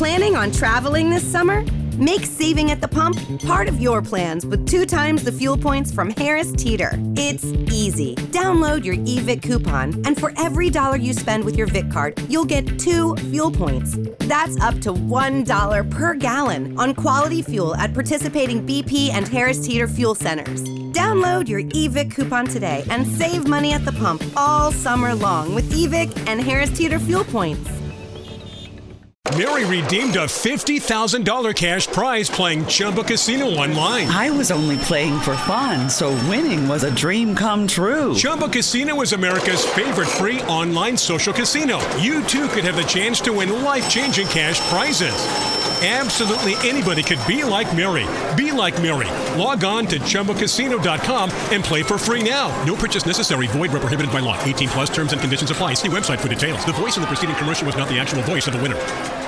Planning on traveling this summer? Make saving at the pump part of your plans with 2 times the fuel points from Harris Teeter. It's easy. Download your eVic coupon, and for every $1 you spend with your Vic card, you'll get 2 fuel points. That's up to $1 per gallon on quality fuel at participating BP and Harris Teeter fuel centers. Download your eVic coupon today and save money at the pump all summer long with eVic and Harris Teeter fuel points. Mary redeemed a $50,000 cash prize playing Chumba Casino online. I was only playing for fun, so winning was a dream come true. Chumba Casino is America's favorite free online social casino. You too could have the chance to win life-changing cash prizes. Absolutely anybody could be like Mary. Be like Mary. Log on to ChumbaCasino.com and play for free now. No purchase necessary. Void where prohibited by law. 18 plus terms and conditions apply. See website for details. The voice of the preceding commercial was not the actual voice of the winner.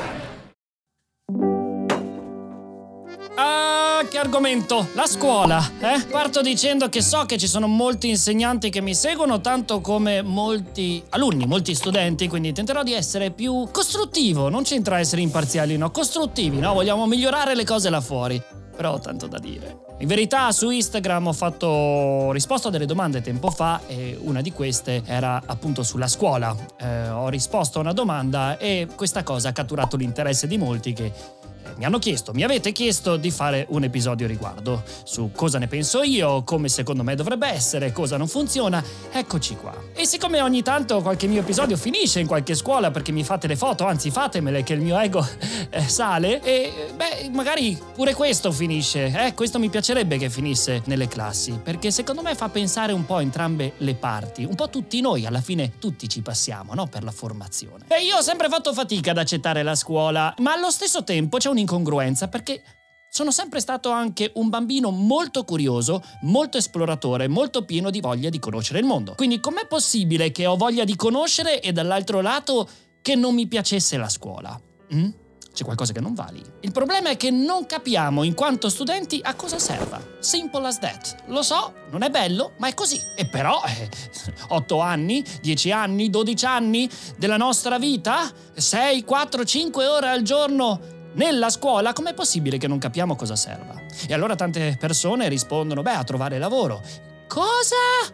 Che argomento? La scuola, Parto dicendo che so che ci sono molti insegnanti che mi seguono, tanto come molti alunni, molti studenti, quindi tenterò di essere più costruttivo. Non c'entra essere imparziali, no, costruttivi, no? Vogliamo migliorare le cose là fuori. Però ho tanto da dire. In verità su Instagram ho risposto a delle domande tempo fa e una di queste era appunto sulla scuola. Ho risposto a una domanda e questa cosa ha catturato l'interesse di molti che mi avete chiesto di fare un episodio riguardo, su cosa ne penso io, come secondo me dovrebbe essere, cosa non funziona, eccoci qua. E siccome ogni tanto qualche mio episodio finisce in qualche scuola perché mi fate le foto, anzi fatemele che il mio ego sale, e magari pure questo finisce, questo mi piacerebbe che finisse nelle classi, perché secondo me fa pensare un po' entrambe le parti, un po' tutti noi, alla fine tutti ci passiamo, no? Per la formazione. E io ho sempre fatto fatica ad accettare la scuola, ma allo stesso tempo c'è un'incongruenza perché sono sempre stato anche un bambino molto curioso, molto esploratore, molto pieno di voglia di conoscere il mondo. Quindi com'è possibile che ho voglia di conoscere e dall'altro lato che non mi piacesse la scuola? C'è qualcosa che non va lì. Il problema è che non capiamo in quanto studenti a cosa serva. Simple as that. Lo so, non è bello, ma è così. E però 8 anni, 10 anni, 12 anni della nostra vita, 6, 4, 5 ore al giorno nella scuola, com'è possibile che non capiamo cosa serva? E allora tante persone rispondono, a trovare lavoro. Cosa?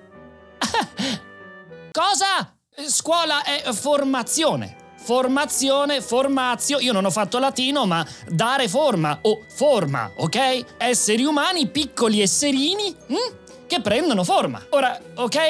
Cosa? Scuola è formazione. Formazione. Io non ho fatto latino, ma dare forma o forma, ok? Esseri umani, piccoli esserini, che prendono forma. Ora,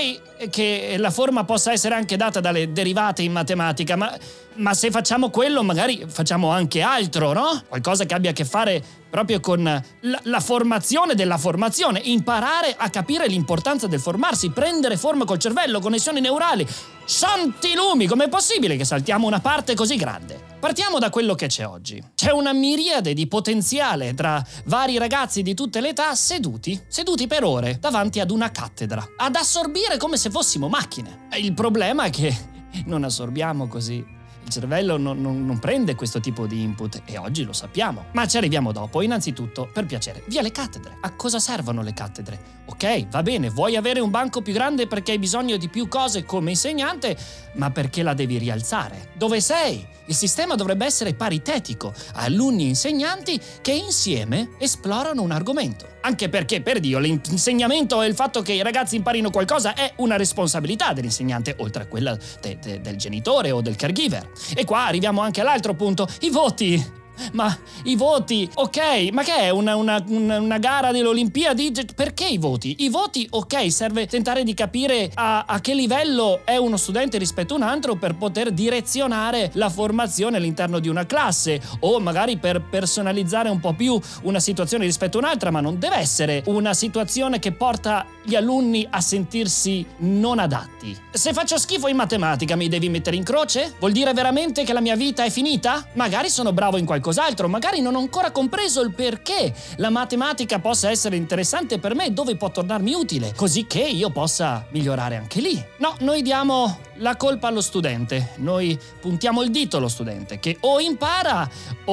ok che la forma possa essere anche data dalle derivate in matematica, ma se facciamo quello magari facciamo anche altro, no? Qualcosa che abbia a che fare proprio con la formazione della formazione, imparare a capire l'importanza del formarsi, prendere forma col cervello, connessioni neurali. Santi lumi, com'è possibile che saltiamo una parte così grande? Partiamo da quello che c'è oggi. C'è una miriade di potenziale tra vari ragazzi di tutte le età seduti per ore davanti ad una cattedra, ad assorbire come se fossimo macchine. Il problema è che non assorbiamo così. Il cervello non prende questo tipo di input e oggi lo sappiamo. Ma ci arriviamo dopo. Innanzitutto, per piacere, via le cattedre. A cosa servono le cattedre? Ok, va bene, vuoi avere un banco più grande perché hai bisogno di più cose come insegnante, ma perché la devi rialzare? Dove sei? Il sistema dovrebbe essere paritetico, alunni e insegnanti che insieme esplorano un argomento. Anche perché, per Dio, l'insegnamento e il fatto che i ragazzi imparino qualcosa è una responsabilità dell'insegnante, oltre a quella del genitore o del caregiver. E qua arriviamo anche all'altro punto, i voti. Ma i voti, ok, ma che è una gara delle Olimpiadi? Perché i voti? I voti, ok, serve tentare di capire a che livello è uno studente rispetto a un altro per poter direzionare la formazione all'interno di una classe o magari per personalizzare un po' più una situazione rispetto a un'altra, ma non deve essere una situazione che porta gli alunni a sentirsi non adatti. Se faccio schifo in matematica mi devi mettere in croce? Vuol dire veramente che la mia vita è finita? Magari sono bravo in qualcos'altro, magari non ho ancora compreso il perché la matematica possa essere interessante per me e dove può tornarmi utile, così che io possa migliorare anche lì. No, noi diamo la colpa allo studente, noi puntiamo il dito allo studente che o impara o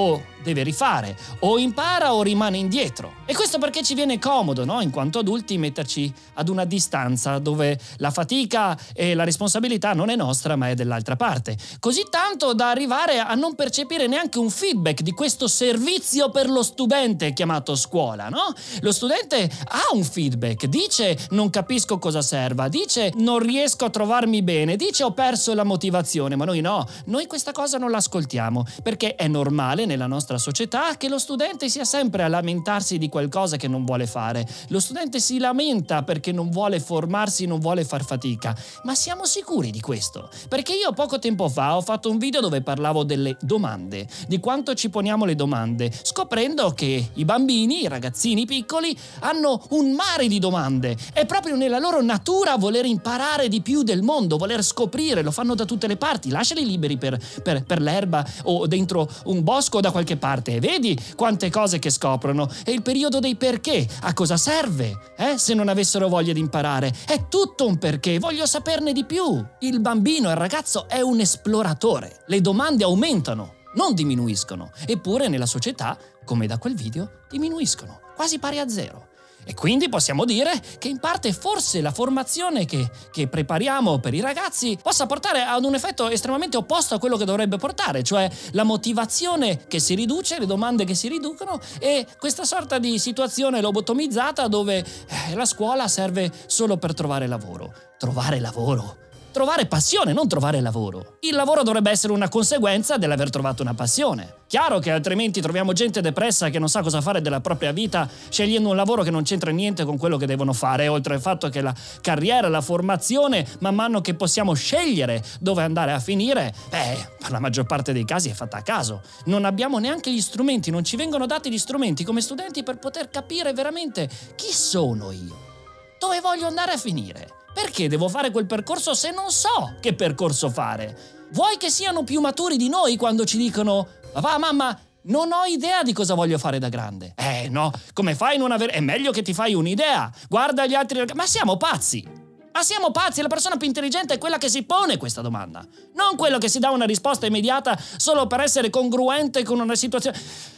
deve rifare, o impara o rimane indietro. E questo perché ci viene comodo, no? In quanto adulti metterci ad una distanza dove la fatica e la responsabilità non è nostra ma è dell'altra parte. Così tanto da arrivare a non percepire neanche un feedback di questo servizio per lo studente chiamato scuola, no? Lo studente ha un feedback, dice non capisco cosa serva, dice non riesco a trovarmi bene, dice ho perso la motivazione, ma noi no, noi questa cosa non l'ascoltiamo, perché è normale nella nostra società che lo studente sia sempre a lamentarsi di qualcosa che non vuole fare. Lo studente si lamenta perché non vuole formarsi, non vuole far fatica. Ma siamo sicuri di questo? Perché io poco tempo fa ho fatto un video dove parlavo delle domande, di quanto ci poniamo le domande, scoprendo che i bambini, i ragazzini piccoli, hanno un mare di domande. È proprio nella loro natura voler imparare di più del mondo, voler scoprire, lo fanno da tutte le parti. Lasciali liberi per l'erba o dentro un bosco o da qualche parte e vedi quante cose che scoprono. È il periodo dei perché. A cosa serve? Se non avessero voglia di imparare. È tutto un perché, voglio saperne di più. Il bambino, il ragazzo è un esploratore. Le domande aumentano, non diminuiscono. Eppure nella società, come da quel video, diminuiscono, quasi pari a zero. E quindi possiamo dire che in parte forse la formazione che prepariamo per i ragazzi possa portare ad un effetto estremamente opposto a quello che dovrebbe portare, cioè la motivazione che si riduce, le domande che si riducono e questa sorta di situazione lobotomizzata dove la scuola serve solo per trovare lavoro. Trovare lavoro. Trovare passione, non trovare lavoro. Il lavoro dovrebbe essere una conseguenza dell'aver trovato una passione. Chiaro che altrimenti troviamo gente depressa che non sa cosa fare della propria vita scegliendo un lavoro che non c'entra niente con quello che devono fare, oltre al fatto che la carriera, la formazione, man mano che possiamo scegliere dove andare a finire, per la maggior parte dei casi è fatta a caso. Non abbiamo neanche gli strumenti, non ci vengono dati gli strumenti come studenti per poter capire veramente chi sono io, dove voglio andare a finire. Perché devo fare quel percorso se non so che percorso fare? Vuoi che siano più maturi di noi quando ci dicono «Papà, mamma, non ho idea di cosa voglio fare da grande». No, come fai a non avere... È meglio che ti fai un'idea. Guarda gli altri... Ma siamo pazzi! Ma siamo pazzi! La persona più intelligente è quella che si pone questa domanda. Non quello che si dà una risposta immediata solo per essere congruente con una situazione...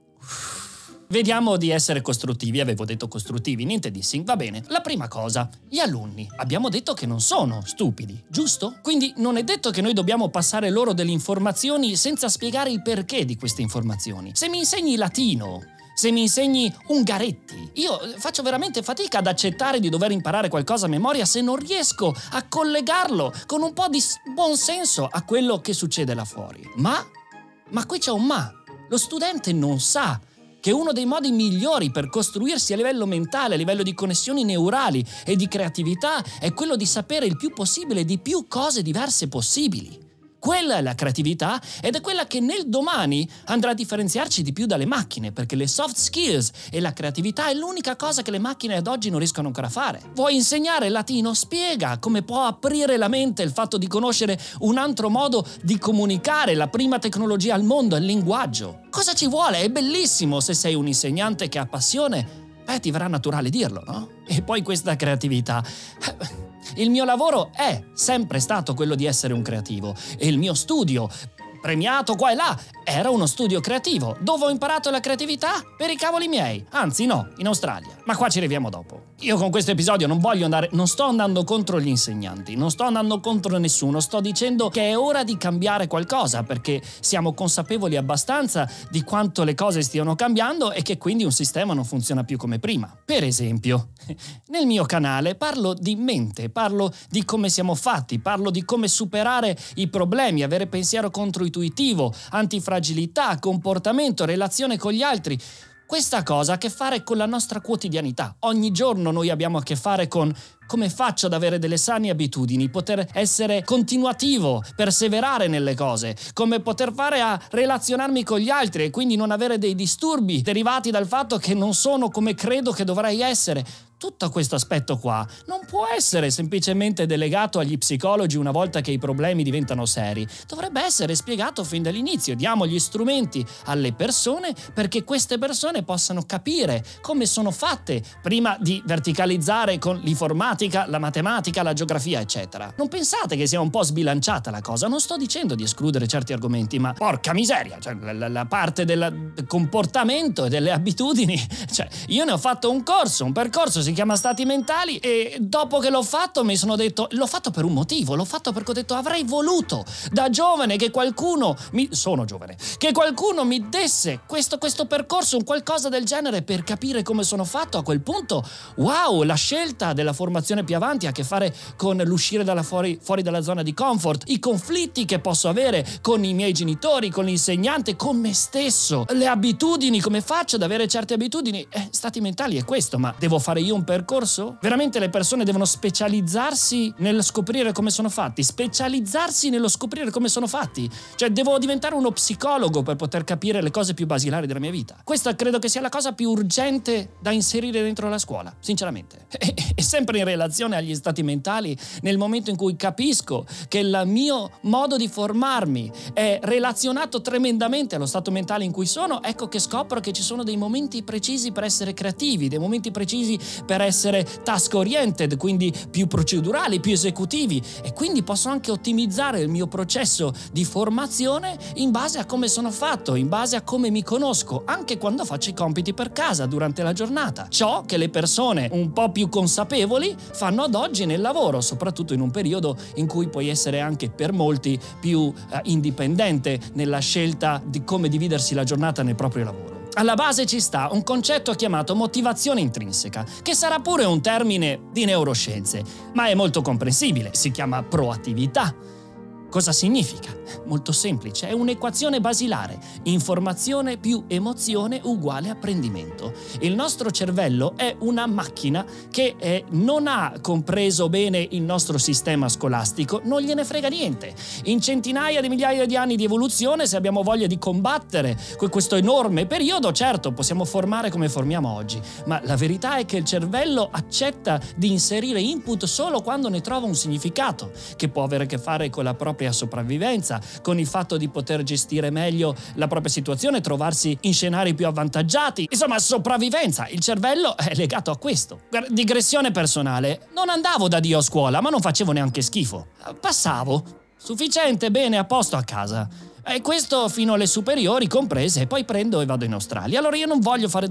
Vediamo di essere costruttivi, avevo detto costruttivi, niente dissing, va bene. La prima cosa, gli alunni, abbiamo detto che non sono stupidi, giusto? Quindi non è detto che noi dobbiamo passare loro delle informazioni senza spiegare il perché di queste informazioni. Se mi insegni latino, se mi insegni Ungaretti, io faccio veramente fatica ad accettare di dover imparare qualcosa a memoria se non riesco a collegarlo con un po' di buon senso a quello che succede là fuori. Ma qui c'è un ma. Lo studente non sa che uno dei modi migliori per costruirsi a livello mentale, a livello di connessioni neurali e di creatività è quello di sapere il più possibile di più cose diverse possibili. Quella è la creatività ed è quella che nel domani andrà a differenziarci di più dalle macchine, perché le soft skills e la creatività è l'unica cosa che le macchine ad oggi non riescono ancora a fare. Vuoi insegnare latino? Spiega come può aprire la mente il fatto di conoscere un altro modo di comunicare, la prima tecnologia al mondo, il linguaggio. Cosa ci vuole? È bellissimo se sei un insegnante che ha passione, ti verrà naturale dirlo, no? E poi questa creatività... Il mio lavoro è sempre stato quello di essere un creativo e il mio studio, premiato qua e là, era uno studio creativo. Dove ho imparato la creatività? Per i cavoli miei. Anzi no, in Australia. Ma qua ci arriviamo dopo. Io con questo episodio non sto andando contro gli insegnanti, non sto andando contro nessuno, sto dicendo che è ora di cambiare qualcosa perché siamo consapevoli abbastanza di quanto le cose stiano cambiando e che quindi un sistema non funziona più come prima. Per esempio, nel mio canale parlo di mente, parlo di come siamo fatti, parlo di come superare i problemi, avere pensiero controintuitivo, antifragilità, comportamento, relazione con gli altri. Questa cosa ha a che fare con la nostra quotidianità. Ogni giorno noi abbiamo a che fare con come faccio ad avere delle sane abitudini, poter essere continuativo, perseverare nelle cose, come poter fare a relazionarmi con gli altri e quindi non avere dei disturbi derivati dal fatto che non sono come credo che dovrei essere. tutto questo aspetto qua non può essere semplicemente delegato agli psicologi una volta che i problemi diventano seri. Dovrebbe essere spiegato fin dall'inizio. Diamo gli strumenti alle persone perché queste persone possano capire come sono fatte prima di verticalizzare con l'informatica, la matematica, la geografia, eccetera. Non pensate che sia un po' sbilanciata la cosa? Non sto dicendo di escludere certi argomenti, ma porca miseria, cioè la parte del comportamento e delle abitudini, cioè io ne ho fatto un percorso si chiama Stati mentali e dopo che l'ho fatto mi sono detto l'ho fatto per un motivo, l'ho fatto perché ho detto avrei voluto da giovane che qualcuno che qualcuno mi desse questo percorso, un qualcosa del genere per capire come sono fatto. A quel punto, wow, la scelta della formazione più avanti ha a che fare con l'uscire fuori dalla zona di comfort, i conflitti che posso avere con i miei genitori, con l'insegnante, con me stesso, le abitudini, come faccio ad avere certe abitudini. Stati mentali è questo, ma devo fare io un percorso? Veramente le persone devono specializzarsi nel scoprire come sono fatti, cioè devo diventare uno psicologo per poter capire le cose più basilari della mia vita. Questa credo che sia la cosa più urgente da inserire dentro la scuola, sinceramente. E sempre in relazione agli stati mentali, nel momento in cui capisco che il mio modo di formarmi è relazionato tremendamente allo stato mentale in cui sono, ecco che scopro che ci sono dei momenti precisi per essere creativi, dei momenti precisi per essere task oriented, quindi più procedurali, più esecutivi, e quindi posso anche ottimizzare il mio processo di formazione in base a come sono fatto, in base a come mi conosco, anche quando faccio i compiti per casa durante la giornata. Ciò che le persone un po' più consapevoli fanno ad oggi nel lavoro, soprattutto in un periodo in cui puoi essere anche per molti più indipendente nella scelta di come dividersi la giornata nel proprio lavoro. Alla base ci sta un concetto chiamato motivazione intrinseca, che sarà pure un termine di neuroscienze, ma è molto comprensibile, si chiama proattività. Cosa significa? Molto semplice, è un'equazione basilare. Informazione più emozione uguale apprendimento. Il nostro cervello è una macchina che non ha compreso bene il nostro sistema scolastico, non gliene frega niente. In centinaia di migliaia di anni di evoluzione, se abbiamo voglia di combattere questo enorme periodo, certo, possiamo formare come formiamo oggi, ma la verità è che il cervello accetta di inserire input solo quando ne trova un significato, che può avere a che fare con la propria sopravvivenza, con il fatto di poter gestire meglio la propria situazione, trovarsi in scenari più avvantaggiati. Insomma, sopravvivenza. Il cervello è legato a questo. Digressione personale. Non andavo da Dio a scuola, ma non facevo neanche schifo. Passavo. Sufficiente, bene, a posto a casa. E questo fino alle superiori comprese, e poi prendo e vado in Australia. Allora io non voglio fare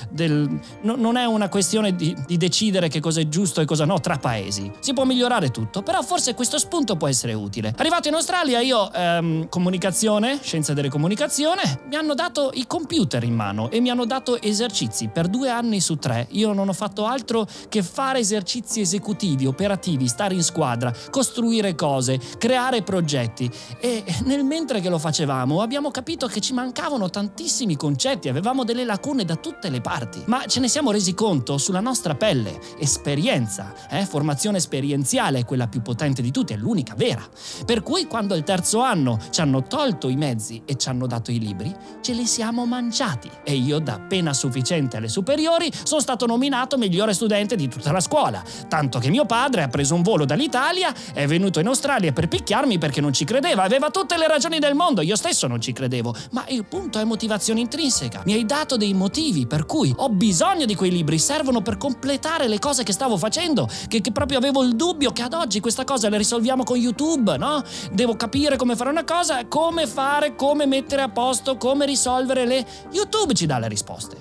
non è una questione di decidere che cosa è giusto e cosa no tra paesi. Si può migliorare tutto, però forse questo spunto può essere utile. Arrivato in Australia io, comunicazione, scienza delle comunicazioni, mi hanno dato i computer in mano e mi hanno dato esercizi. Per 2 anni su 3 io non ho fatto altro che fare esercizi esecutivi, operativi, stare in squadra, costruire cose, creare progetti. E mentre che lo facevamo abbiamo capito che ci mancavano tantissimi concetti, avevamo delle lacune da tutte le parti, ma ce ne siamo resi conto sulla nostra pelle. Esperienza, formazione esperienziale è quella più potente di tutte, è l'unica vera. Per cui quando al 3° anno ci hanno tolto i mezzi e ci hanno dato i libri, ce li siamo mangiati, e io da appena sufficiente alle superiori sono stato nominato migliore studente di tutta la scuola, tanto che mio padre ha preso un volo dall'Italia, è venuto in Australia per picchiarmi perché non ci credeva, aveva tutte le ragioni del mondo, io stesso non ci credevo, ma il punto è motivazione intrinseca. Mi hai dato dei motivi per cui ho bisogno di quei libri, servono per completare le cose che stavo facendo, che proprio avevo il dubbio che ad oggi questa cosa la risolviamo con YouTube, no? Devo capire come fare una cosa, come fare, come mettere a posto, come risolvere YouTube ci dà le risposte.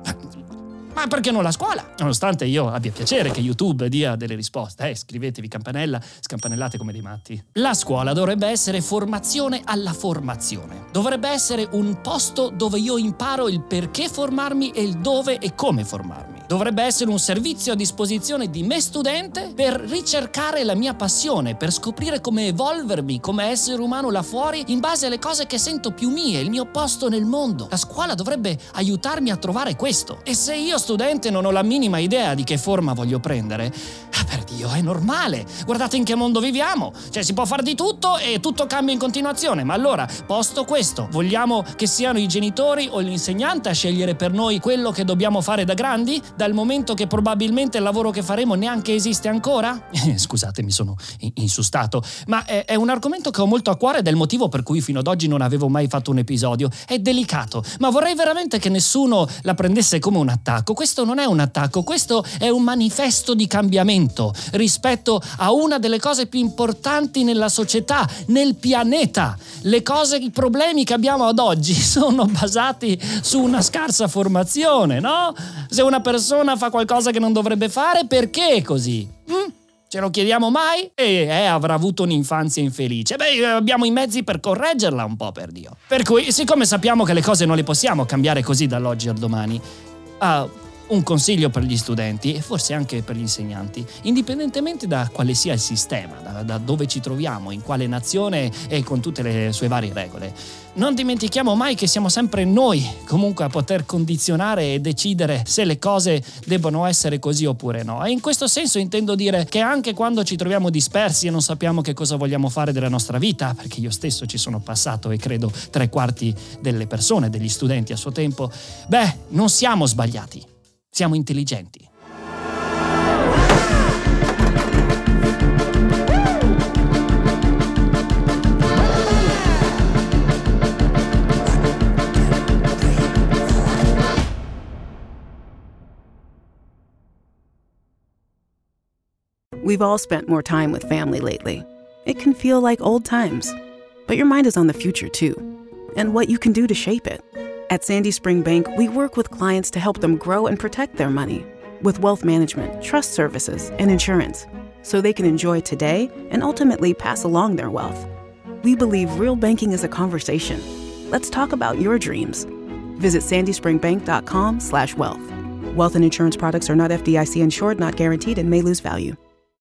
Ma perché non la scuola? Nonostante io abbia piacere che YouTube dia delle risposte, iscrivetevi, campanella, scampanellate come dei matti. La scuola dovrebbe essere formazione alla formazione. Dovrebbe essere un posto dove io imparo il perché formarmi e il dove e come formarmi. Dovrebbe essere un servizio a disposizione di me studente per ricercare la mia passione, per scoprire come evolvermi come essere umano là fuori in base alle cose che sento più mie, il mio posto nel mondo. La scuola dovrebbe aiutarmi a trovare questo. E se io studente non ho la minima idea di che forma voglio prendere, per Dio, è normale. Guardate in che mondo viviamo. Cioè, si può fare di tutto e tutto cambia in continuazione. Ma allora, posto questo, vogliamo che siano i genitori o l'insegnante a scegliere per noi quello che dobbiamo fare da grandi? Dal momento che probabilmente il lavoro che faremo neanche esiste ancora? Scusate, mi sono insustato. Ma è un argomento che ho molto a cuore ed è il motivo per cui fino ad oggi non avevo mai fatto un episodio. È delicato, ma vorrei veramente che nessuno la prendesse come un attacco. Questo non è un attacco, questo è un manifesto di cambiamento rispetto a una delle cose più importanti nella società, nel pianeta. Le cose, i problemi che abbiamo ad oggi sono basati su una scarsa formazione, no? Se una persona fa qualcosa che non dovrebbe fare, perché è così? Ce lo chiediamo mai? Avrà avuto un'infanzia infelice. Abbiamo i mezzi per correggerla un po', per Dio. Per cui, siccome sappiamo che le cose non le possiamo cambiare così dall'oggi al domani, un consiglio per gli studenti e forse anche per gli insegnanti, indipendentemente da quale sia il sistema, da dove ci troviamo, in quale nazione e con tutte le sue varie regole. Non dimentichiamo mai che siamo sempre noi comunque a poter condizionare e decidere se le cose debbano essere così oppure no. E in questo senso intendo dire che anche quando ci troviamo dispersi e non sappiamo che cosa vogliamo fare della nostra vita, perché io stesso ci sono passato e credo 3/4 delle persone, degli studenti a suo tempo, non siamo sbagliati. Siamo intelligenti. We've all spent more time with family lately. It can feel like old times, but your mind is on the future too, and what you can do to shape it. At Sandy Spring Bank, we work with clients to help them grow and protect their money with wealth management, trust services, and insurance, so they can enjoy today and ultimately pass along their wealth. We believe real banking is a conversation. Let's talk about your dreams. Visit sandyspringbank.com/wealth. Wealth and insurance products are not FDIC insured, not guaranteed, and may lose value.